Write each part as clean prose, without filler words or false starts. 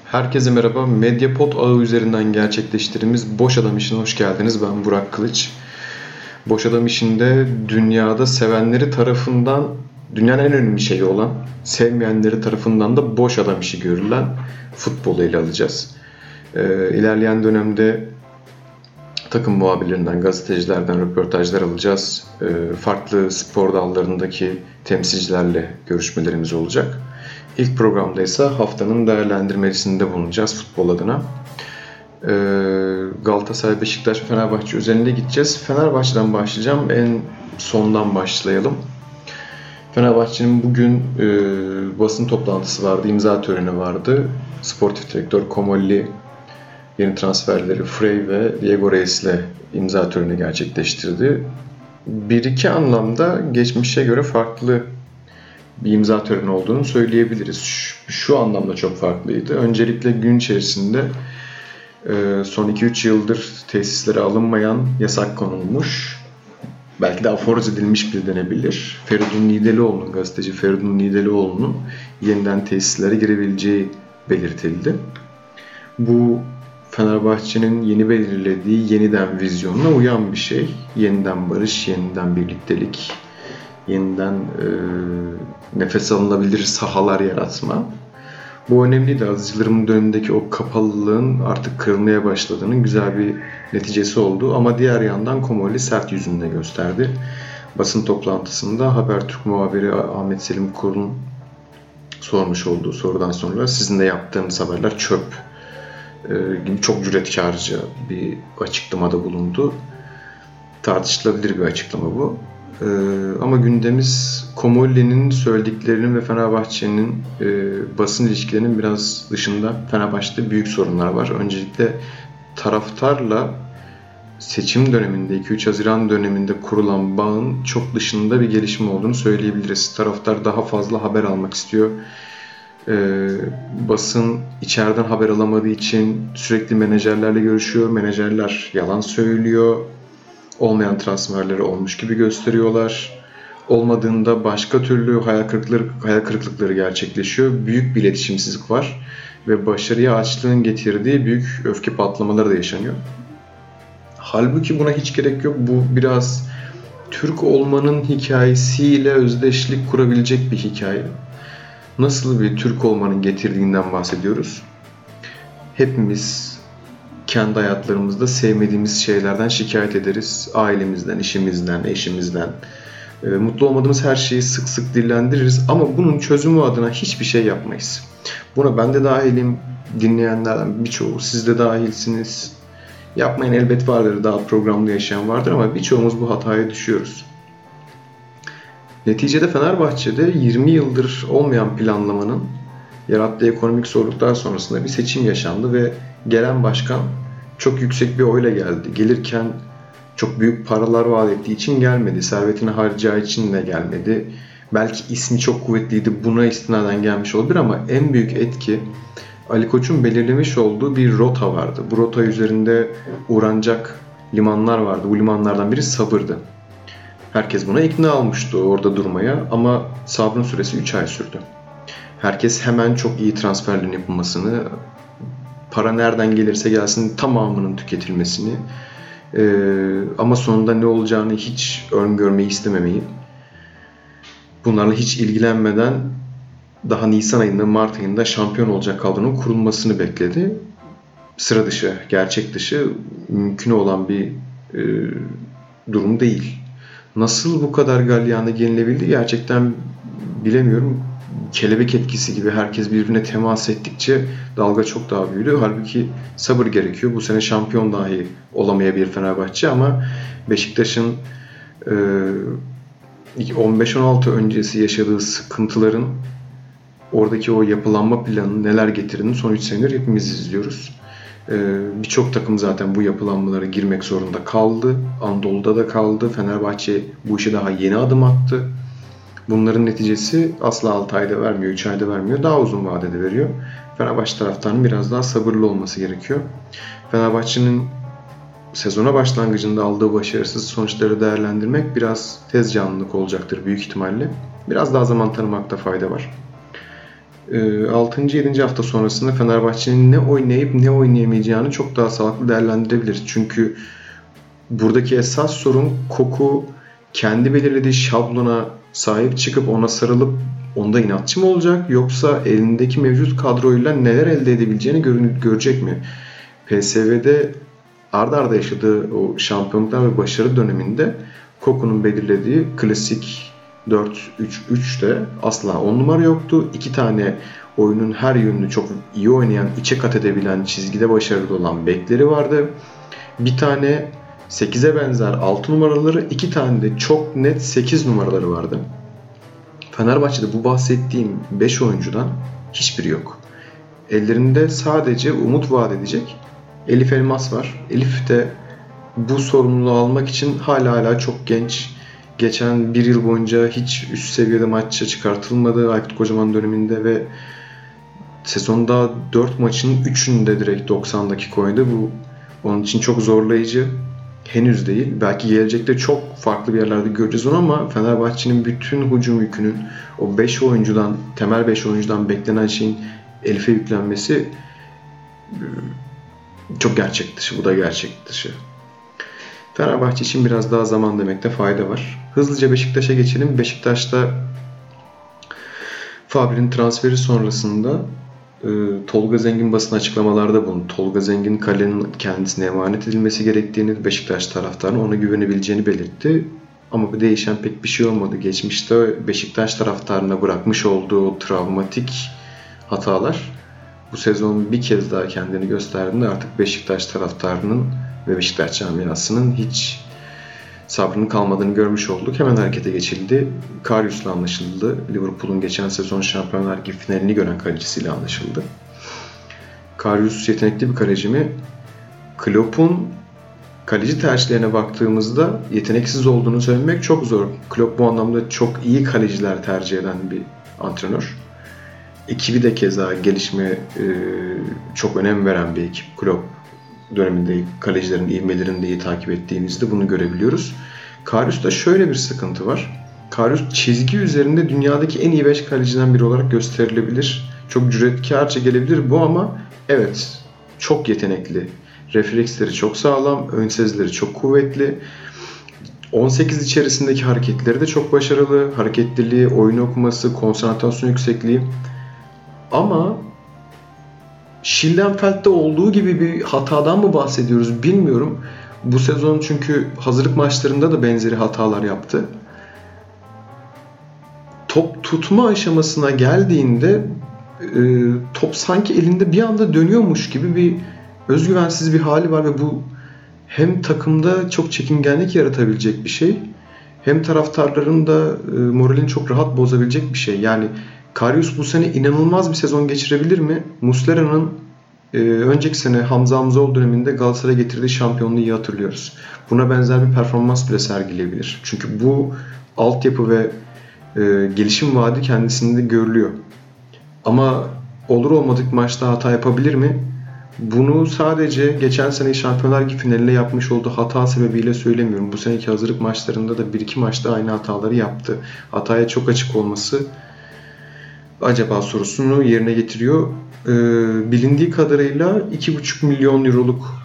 Herkese merhaba. Medyapod ağı üzerinden gerçekleştirdiğimiz Boş Adam İşi'ne hoş geldiniz. Ben Burak Kılıç. Boş Adam İşi'nde dünyada sevenleri tarafından dünyanın en önemli şeyi olan, sevmeyenleri tarafından da boş adam işi görülen futbolu ele alacağız. İlerleyen dönemde takım muhabirlerinden, gazetecilerden röportajlar alacağız. Farklı spor dallarındaki temsilcilerle görüşmelerimiz olacak. İlk programda ise haftanın değerlendirmesinde bulunacağız futbol adına. Galatasaray, Beşiktaş, Fenerbahçe üzerinde gideceğiz. Fenerbahçe'den başlayacağım. En sondan başlayalım. Fenerbahçe'nin bugün basın toplantısı vardı, imza töreni vardı. Sportif direktör Komolli yeni transferleri Frey ve Diego Reis'le imza töreni gerçekleştirdi. Bir iki anlamda geçmişe göre farklı bir imza töreni olduğunu söyleyebiliriz. Şu anlamda çok farklıydı. Öncelikle gün içerisinde son 2-3 yıldır tesislere alınmayan yasak konulmuş. Belki de aforoz edilmiş bile denebilir. Feridun Nidelioğlu'nun, gazeteci Feridun Nidelioğlu'nun yeniden tesislere girebileceği belirtildi. Bu Fenerbahçe'nin yeni belirlediği yeniden vizyonuna uyan bir şey. Yeniden barış, yeniden birliktelik, yeniden nefes alınabilir sahalar yaratma. Bu önemliydi. Aziz Yıldırım'ın dönemindeki o kapalılığın artık kırılmaya başladığının güzel bir neticesi oldu. Ama diğer yandan Komolli sert yüzünü de gösterdi. Basın toplantısında Habertürk muhabiri Ahmet Selim Kur'un sormuş olduğu sorudan sonra sizin de yaptığınız haberler çöp gibi çok cüretkarca bir açıklamada bulundu. Tartışılabilir bir açıklama bu. Ama gündemimiz Komolli'nin söylediklerinin ve Fenerbahçe'nin basın ilişkilerinin biraz dışında. Fenerbahçe'de büyük sorunlar var. Öncelikle taraftarla seçim döneminde, 2-3 Haziran döneminde kurulan bağın çok dışında bir gelişme olduğunu söyleyebiliriz. Taraftar daha fazla haber almak istiyor. Basın içeriden haber alamadığı için sürekli menajerlerle görüşüyor. Menajerler yalan söylüyor. Olmayan transferleri olmuş gibi gösteriyorlar. Olmadığında başka türlü hayal kırıklıkları gerçekleşiyor. Büyük bir iletişimsizlik var ve başarıya açlığın getirdiği büyük öfke patlamaları da yaşanıyor. Halbuki buna hiç gerek yok. Bu biraz Türk olmanın hikayesiyle özdeşlik kurabilecek bir hikaye. Nasıl bir Türk olmanın getirdiğinden bahsediyoruz. Hepimiz kendi hayatlarımızda sevmediğimiz şeylerden şikayet ederiz. Ailemizden, işimizden, eşimizden. Mutlu olmadığımız her şeyi sık sık dillendiririz ama bunun çözümü adına hiçbir şey yapmayız. Buna ben de dahilim, dinleyenlerden birçoğu, siz de dahilsiniz. Yapmayın elbet vardır, daha programda yaşayan vardır ama birçoğumuz bu hataya düşüyoruz. Neticede Fenerbahçe'de 20 yıldır olmayan planlamanın yarattığı ekonomik zorluklar sonrasında bir seçim yaşandı ve gelen başkan çok yüksek bir oyla geldi. Gelirken çok büyük paralar vaat ettiği için gelmedi. Servetini harcayacağı için de gelmedi. Belki ismi çok kuvvetliydi, buna istinaden gelmiş olabilir ama en büyük etki Ali Koç'un belirlemiş olduğu bir rota vardı. Bu rota üzerinde uğranacak limanlar vardı. Bu limanlardan biri Sabır'dı. Herkes buna ikna olmuştu orada durmaya ama sabrın süresi 3 ay sürdü. Herkes hemen çok iyi transferlerin yapılmasını, para nereden gelirse gelsin tamamının tüketilmesini ama sonunda ne olacağını hiç öngörmeyi istememeyi, bunlarla hiç ilgilenmeden daha Nisan ayında, Mart ayında şampiyon olacak kadronun kurulmasını bekledi. Sıra dışı, gerçek dışı, mümkün olan bir durum değil. Nasıl bu kadar galyana gelinebildi gerçekten bilemiyorum. Kelebek etkisi gibi herkes birbirine temas ettikçe dalga çok daha büyüdü. Halbuki sabır gerekiyor. Bu sene şampiyon dahi olamayabilir Fenerbahçe ama Beşiktaş'ın 15-16 öncesi yaşadığı sıkıntıların oradaki o yapılanma planının neler getirdiğini son 3 senedir hepimiz izliyoruz. Birçok takım zaten bu yapılanmalara girmek zorunda kaldı. Anadolu'da da kaldı. Fenerbahçe bu işe daha yeni adım attı. Bunların neticesi asla 6 ayda vermiyor, 3 ayda vermiyor. Daha uzun vadede veriyor. Fenerbahçe taraftarının biraz daha sabırlı olması gerekiyor. Fenerbahçe'nin sezona başlangıcında aldığı başarısız sonuçları değerlendirmek biraz tez canlılık olacaktır büyük ihtimalle. Biraz daha zaman tanımakta fayda var. 6. 7. hafta sonrasında Fenerbahçe'nin ne oynayıp ne oynayamayacağını çok daha sağlıklı değerlendirebiliriz. Çünkü buradaki esas sorun Koku kendi belirlediği şablona sahip çıkıp ona sarılıp onda inatçı mı olacak, yoksa elindeki mevcut kadroyla neler elde edebileceğini görecek mi? PSV'de arda arda yaşadığı o şampiyonluklar ve başarı döneminde Koku'nun belirlediği klasik 4-3-3'te asla 10 numara yoktu. 2 tane oyunun her yönünü çok iyi oynayan, içe kat edebilen, çizgide başarılı olan bekleri vardı. Bir tane 8'e benzer 6 numaraları, 2 tane de çok net 8 numaraları vardı. Fenerbahçe'de bu bahsettiğim 5 oyuncudan hiçbiri yok. Ellerinde sadece umut vaat edecek Elif Elmas var. Elif de bu sorumluluğu almak için hala çok genç. Geçen bir yıl boyunca hiç üst seviyede maça çıkartılmadı Aykut Kocaman döneminde ve sezonda 4 maçın 3'ünde direkt 90 dakika oynadı. Bu onun için çok zorlayıcı. Henüz değil. Belki gelecekte çok farklı bir yerlerde göreceğiz onu, ama Fenerbahçe'nin bütün hücum yükünün o 5 oyuncudan, temel 5 oyuncudan beklenen şeyin Elif'e yüklenmesi çok gerçek dışı. Bu da gerçek dışı. Fenerbahçe için biraz daha zaman demekte fayda var. Hızlıca Beşiktaş'a geçelim. Beşiktaş'ta Fabri'nin transferi sonrasında Tolga Zengin basın açıklamalarda bulundu. Tolga Zengin kalenin kendisine emanet edilmesi gerektiğini, Beşiktaş taraftarının ona güvenebileceğini belirtti. Ama bu değişen pek bir şey olmadı. Geçmişte Beşiktaş taraftarına bırakmış olduğu o travmatik hatalar bu sezon bir kez daha kendini gösterdiğinde artık Beşiktaş taraftarının ve Beşiktaş camiasının hiç sabrının kalmadığını görmüş olduk. Hemen harekete geçildi. Karius'la anlaşıldı. Liverpool'un geçen sezon Şampiyonlar Ligi finalini gören kalecisiyle anlaşıldı. Karius yetenekli bir kaleci mi? Klopp'un kaleci tercihlerine baktığımızda yeteneksiz olduğunu söylemek çok zor. Klopp bu anlamda çok iyi kaleciler tercih eden bir antrenör. Ekibi de keza gelişmeye çok önem veren bir ekip. Klopp döneminde kalecilerin ivmelerini de iyi takip ettiğimizde bunu görebiliyoruz. Karius'ta şöyle bir sıkıntı var. Karius çizgi üzerinde dünyadaki en iyi 5 kaleciden biri olarak gösterilebilir. Çok cüretkarca gelebilir bu, ama evet çok yetenekli. Refleksleri çok sağlam, ön sezileri çok kuvvetli. 18 içerisindeki hareketleri de çok başarılı. Hareketliliği, oyun okuması, konsantrasyon yüksekliği. Ama Schlierenfeld'de olduğu gibi bir hatadan mı bahsediyoruz bilmiyorum. Bu sezon çünkü hazırlık maçlarında da benzeri hatalar yaptı. Top tutma aşamasına geldiğinde top sanki elinde bir anda dönüyormuş gibi bir özgüvensiz bir hali var ve bu hem takımda çok çekingenlik yaratabilecek bir şey, hem taraftarların da moralini çok rahat bozabilecek bir şey. Yani Karius bu sene inanılmaz bir sezon geçirebilir mi? Muslera'nın önceki sene Hamza Hamzoğlu döneminde Galatasaray'a getirdiği şampiyonluğu iyi hatırlıyoruz. Buna benzer bir performans bile sergileyebilir. Çünkü bu altyapı ve gelişim vaadi kendisinde görülüyor. Ama olur olmadık maçta hata yapabilir mi? Bunu sadece geçen sene Şampiyonlar Ligi finalinde yapmış olduğu hata sebebiyle söylemiyorum. Bu seneki hazırlık maçlarında da 1-2 maçta aynı hataları yaptı. Hataya çok açık olması acaba sorusunu yerine getiriyor. Bilindiği kadarıyla 2,5 milyon euroluk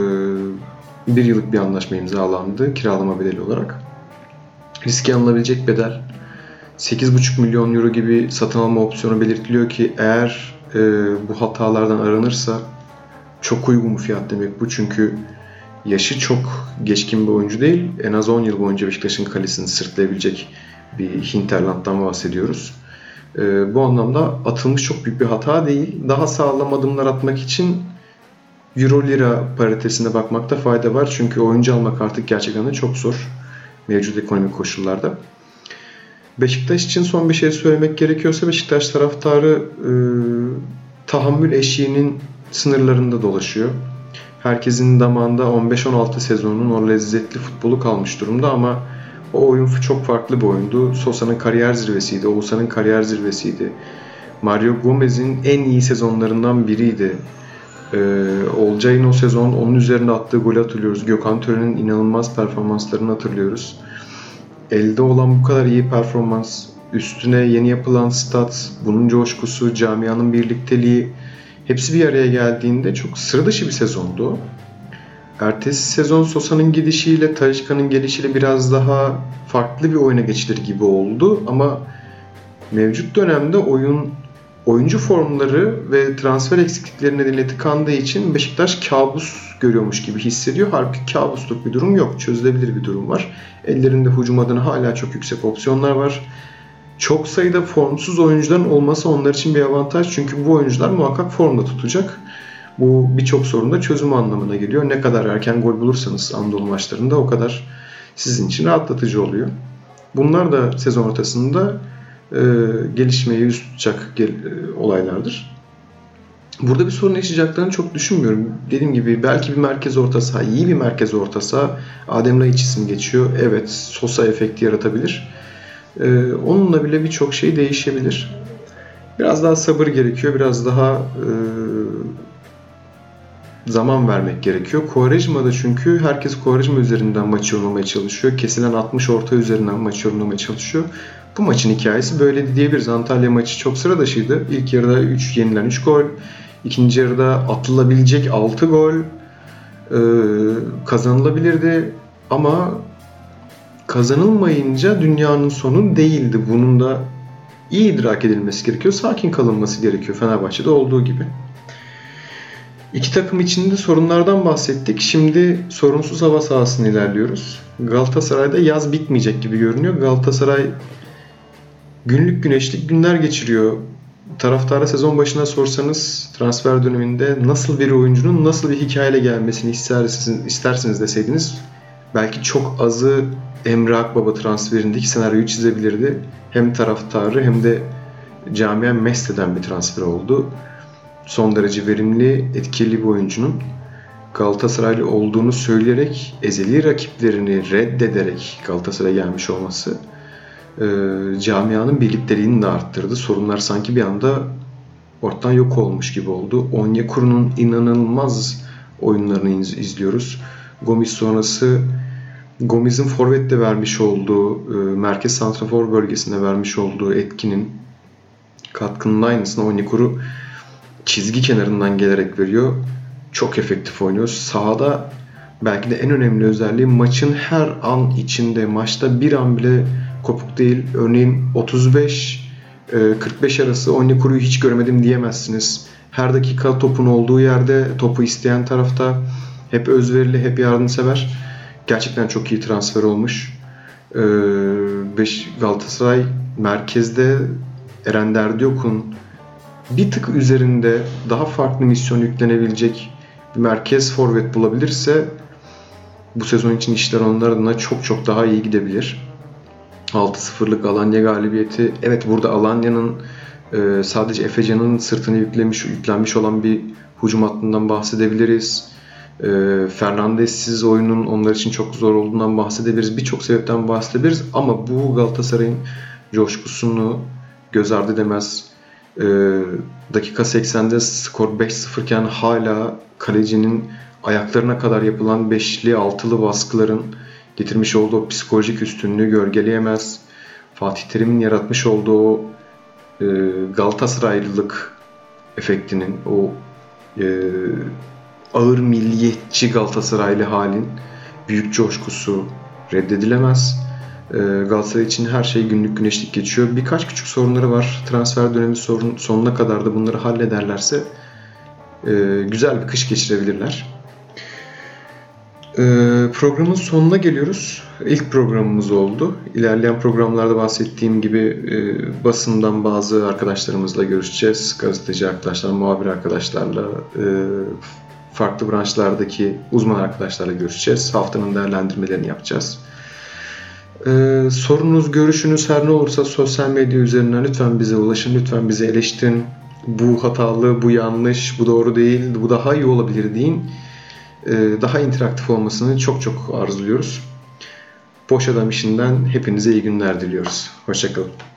bir yıllık bir anlaşma imzalandı kiralama bedeli olarak. Riske alınabilecek bedel 8,5 milyon euro gibi satın alma opsiyonu belirtiliyor ki eğer bu hatalardan aranırsa çok uygun bir fiyat demek bu. Çünkü yaşı çok geçkin bir oyuncu değil. En az 10 yıl boyunca Beşiktaş'ın kalesini sırtlayabilecek bir hinterland'dan bahsediyoruz. Bu anlamda atılmış çok büyük bir hata değil. Daha sağlam adımlar atmak için Euro lira paritesine bakmakta fayda var. Çünkü oyuncu almak artık gerçekten de çok zor mevcut ekonomik koşullarda. Beşiktaş için son bir şey söylemek gerekiyorsa Beşiktaş taraftarı tahammül eşiğinin sınırlarında dolaşıyor. Herkesin damağında 15-16 sezonun o lezzetli futbolu kalmış durumda ama o oyun çok farklı bir oyundu. Sosa'nın kariyer zirvesiydi, Oğuzhan'ın kariyer zirvesiydi. Mario Gomez'in en iyi sezonlarından biriydi. Olcay'ın o sezon onun üzerine attığı golü hatırlıyoruz. Gökhan Tören'in inanılmaz performanslarını hatırlıyoruz. Elde olan bu kadar iyi performans üstüne yeni yapılan stat, bunun coşkusu, camianın birlikteliği hepsi bir araya geldiğinde çok sıra dışı bir sezondu. Ertesi sezon Sosa'nın gidişiyle, Talisca'nın gelişiyle biraz daha farklı bir oyuna geçilir gibi oldu. Ama mevcut dönemde oyuncu formları ve transfer eksiklikleri nedeniyle tıkandığı için Beşiktaş kabus görüyormuş gibi hissediyor. Halbuki kabusluk bir durum yok. Çözülebilir bir durum var. Ellerinde hücum adına hala çok yüksek opsiyonlar var. Çok sayıda formsuz oyuncuların olması onlar için bir avantaj. Çünkü bu oyuncular muhakkak formda tutacak. Bu birçok sorunda çözüm anlamına geliyor. Ne kadar erken gol bulursanız Anadolu maçlarında o kadar sizin için rahatlatıcı oluyor. Bunlar da sezon ortasında gelişmeye yüz tutacak olaylardır. Burada bir sorun yaşayacaklarını çok düşünmüyorum. Dediğim gibi belki bir merkez orta saha, iyi bir merkez orta saha, Adem Laiç ismi geçiyor. Evet, Sosa efekti yaratabilir. Onunla bile birçok şey değişebilir. Biraz daha sabır gerekiyor, biraz daha zaman vermek gerekiyor. Quaresma'da çünkü herkes Quaresma üzerinden maçı yorumlamaya çalışıyor. Kesilen 60 orta üzerinden maçı yorumlamaya çalışıyor. Bu maçın hikayesi böyleydi diyebiliriz. Antalya maçı çok sıra dışıydı. İlk yarıda yenilen 3 gol. İkinci yarıda atılabilecek 6 gol. Kazanılabilirdi. Ama kazanılmayınca dünyanın sonu değildi. Bunun da iyi idrak edilmesi gerekiyor. Sakin kalınması gerekiyor Fenerbahçe'de olduğu gibi. İki takım içinde sorunlardan bahsettik. Şimdi sorunsuz hava sahasına ilerliyoruz. Galatasaray'da yaz bitmeyecek gibi görünüyor. Galatasaray günlük güneşlik günler geçiriyor. Taraftara sezon başına sorsanız transfer döneminde nasıl bir oyuncunun nasıl bir hikayeyle gelmesini istersiniz deseydiniz belki çok azı Emre Akbaba transferindeki senaryoyu çizebilirdi. Hem taraftarı hem de camia mest eden bir transfer oldu. Son derece verimli, etkili bir oyuncunun Galatasaraylı olduğunu söyleyerek ezeli rakiplerini reddederek Galatasaray'a gelmiş olması camianın birlikteliğini de arttırdı. Sorunlar sanki bir anda ortadan yok olmuş gibi oldu. Onyekuru'nun inanılmaz oyunlarını izliyoruz. Gomis sonrası Gomez'in forvette vermiş olduğu, merkez santrafor bölgesinde vermiş olduğu etkinin katkının aynısını Onyekuru çizgi kenarından gelerek veriyor. Çok efektif oynuyor. Sahada belki de en önemli özelliği maçın her an içinde. Maçta bir an bile kopuk değil. Örneğin 35-45 arası Onyekuru'yu hiç görmedim diyemezsiniz. Her dakika topun olduğu yerde, topu isteyen tarafta, hep özverili, hep yardımsever. Gerçekten çok iyi transfer olmuş. Galatasaray merkezde Eren Derdiyok'un bir tık üzerinde daha farklı misyon yüklenebilecek bir merkez forvet bulabilirse bu sezon için işler onlar adına çok çok daha iyi gidebilir. 6-0'lık Alanya galibiyeti. Evet, burada Alanya'nın sadece Efecan'ın sırtına yüklenmiş olan bir hücum hattından bahsedebiliriz. Fernandez'siz oyunun onlar için çok zor olduğundan bahsedebiliriz. Birçok sebepten bahsedebiliriz ama bu Galatasaray'ın coşkusunu göz ardı edemez. Dakika 80'de skor 5-0 iken hala kalecinin ayaklarına kadar yapılan 5'li 6'lı baskıların getirmiş olduğu psikolojik üstünlüğü gölgeleyemez. Fatih Terim'in yaratmış olduğu Galatasaraylılık efektinin, o ağır milliyetçi Galatasaraylı halin büyük coşkusu reddedilemez. Galatasaray için her şey günlük güneşlik geçiyor. Birkaç küçük sorunları var. Transfer dönemi sonuna kadar da bunları hallederlerse güzel bir kış geçirebilirler. Programın sonuna geliyoruz. İlk programımız oldu. İlerleyen programlarda bahsettiğim gibi basından bazı arkadaşlarımızla görüşeceğiz. Gazeteci arkadaşlar, muhabir arkadaşlarla, farklı branşlardaki uzman arkadaşlarla görüşeceğiz. Haftanın değerlendirmelerini yapacağız. Sorunuz, görüşünüz her ne olursa sosyal medya üzerinden lütfen bize ulaşın, lütfen bizi eleştirin. Bu hatalı, bu yanlış, bu doğru değil, bu daha iyi olabilir deyin. Daha interaktif olmasını çok çok arzuluyoruz. Boş Adam işinden hepinize iyi günler diliyoruz. Hoşça kalın.